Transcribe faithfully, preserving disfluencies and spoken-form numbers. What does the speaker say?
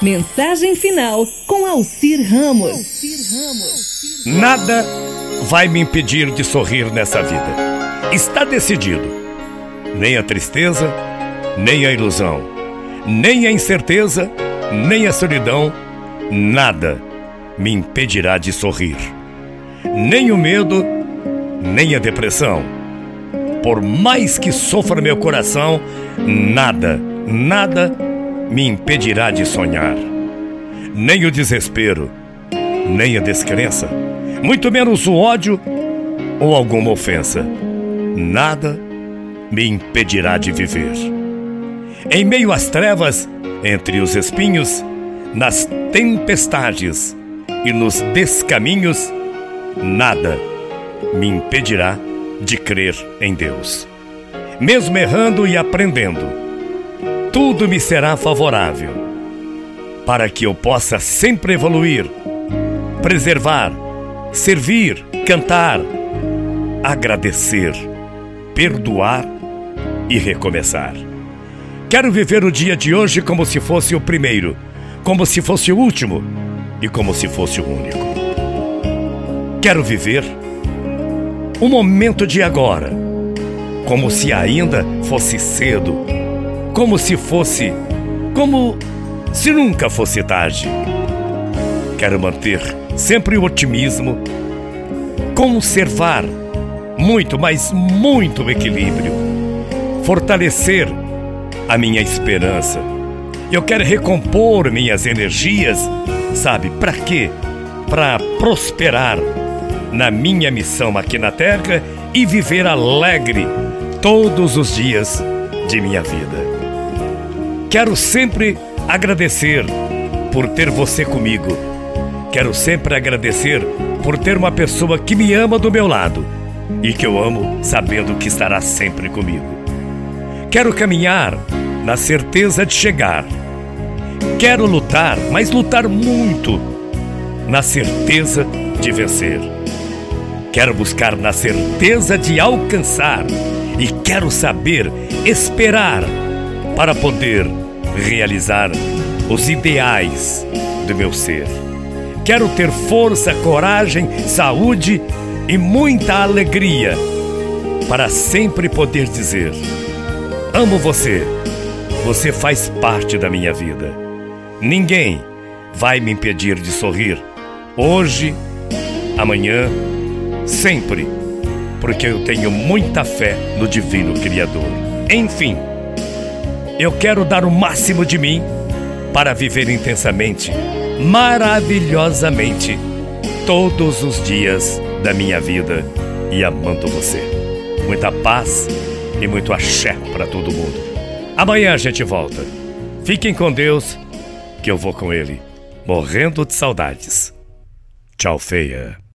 Mensagem final com Alcir Ramos. Nada vai me impedir de sorrir nessa vida. Está decidido. Nem a tristeza, nem a ilusão, nem a incerteza, nem a solidão, nada me impedirá de sorrir. Nem o medo, nem a depressão. Por mais que sofra meu coração, nada, nada me impedirá de sonhar. Nem o desespero, nem a descrença, muito menos o ódio ou alguma ofensa. Nada me impedirá de viver. Em meio às trevas, entre os espinhos, nas tempestades e nos descaminhos, nada me impedirá de crer em Deus. Mesmo errando e aprendendo, tudo me será favorável, para que eu possa sempre evoluir, preservar, servir, cantar, agradecer, perdoar e recomeçar. Quero viver o dia de hoje como se fosse o primeiro, como se fosse o último e como se fosse o único. Quero viver o momento de agora, como se ainda fosse cedo, como se fosse, como se nunca fosse tarde. Quero manter sempre o otimismo, conservar muito, mas muito equilíbrio, fortalecer a minha esperança. Eu quero recompor minhas energias, sabe para quê? Para prosperar na minha missão aqui na Terra e viver alegre todos os dias de minha vida. Quero sempre agradecer por ter você comigo. Quero sempre agradecer por ter uma pessoa que me ama do meu lado e que eu amo sabendo que estará sempre comigo. Quero caminhar na certeza de chegar. Quero lutar, mas lutar muito, na certeza de vencer. Quero buscar na certeza de alcançar e quero saber esperar para poder realizar os ideais do meu ser. Quero ter força, coragem, saúde e muita alegria para sempre poder dizer: amo você, você faz parte da minha vida. Ninguém vai me impedir de sorrir hoje, amanhã, sempre, porque eu tenho muita fé no Divino Criador. Enfim, eu quero dar o máximo de mim para viver intensamente, maravilhosamente, todos os dias da minha vida e amando você. Muita paz e muito axé para todo mundo. Amanhã a gente volta. Fiquem com Deus, que eu vou com Ele, morrendo de saudades. Tchau, feia.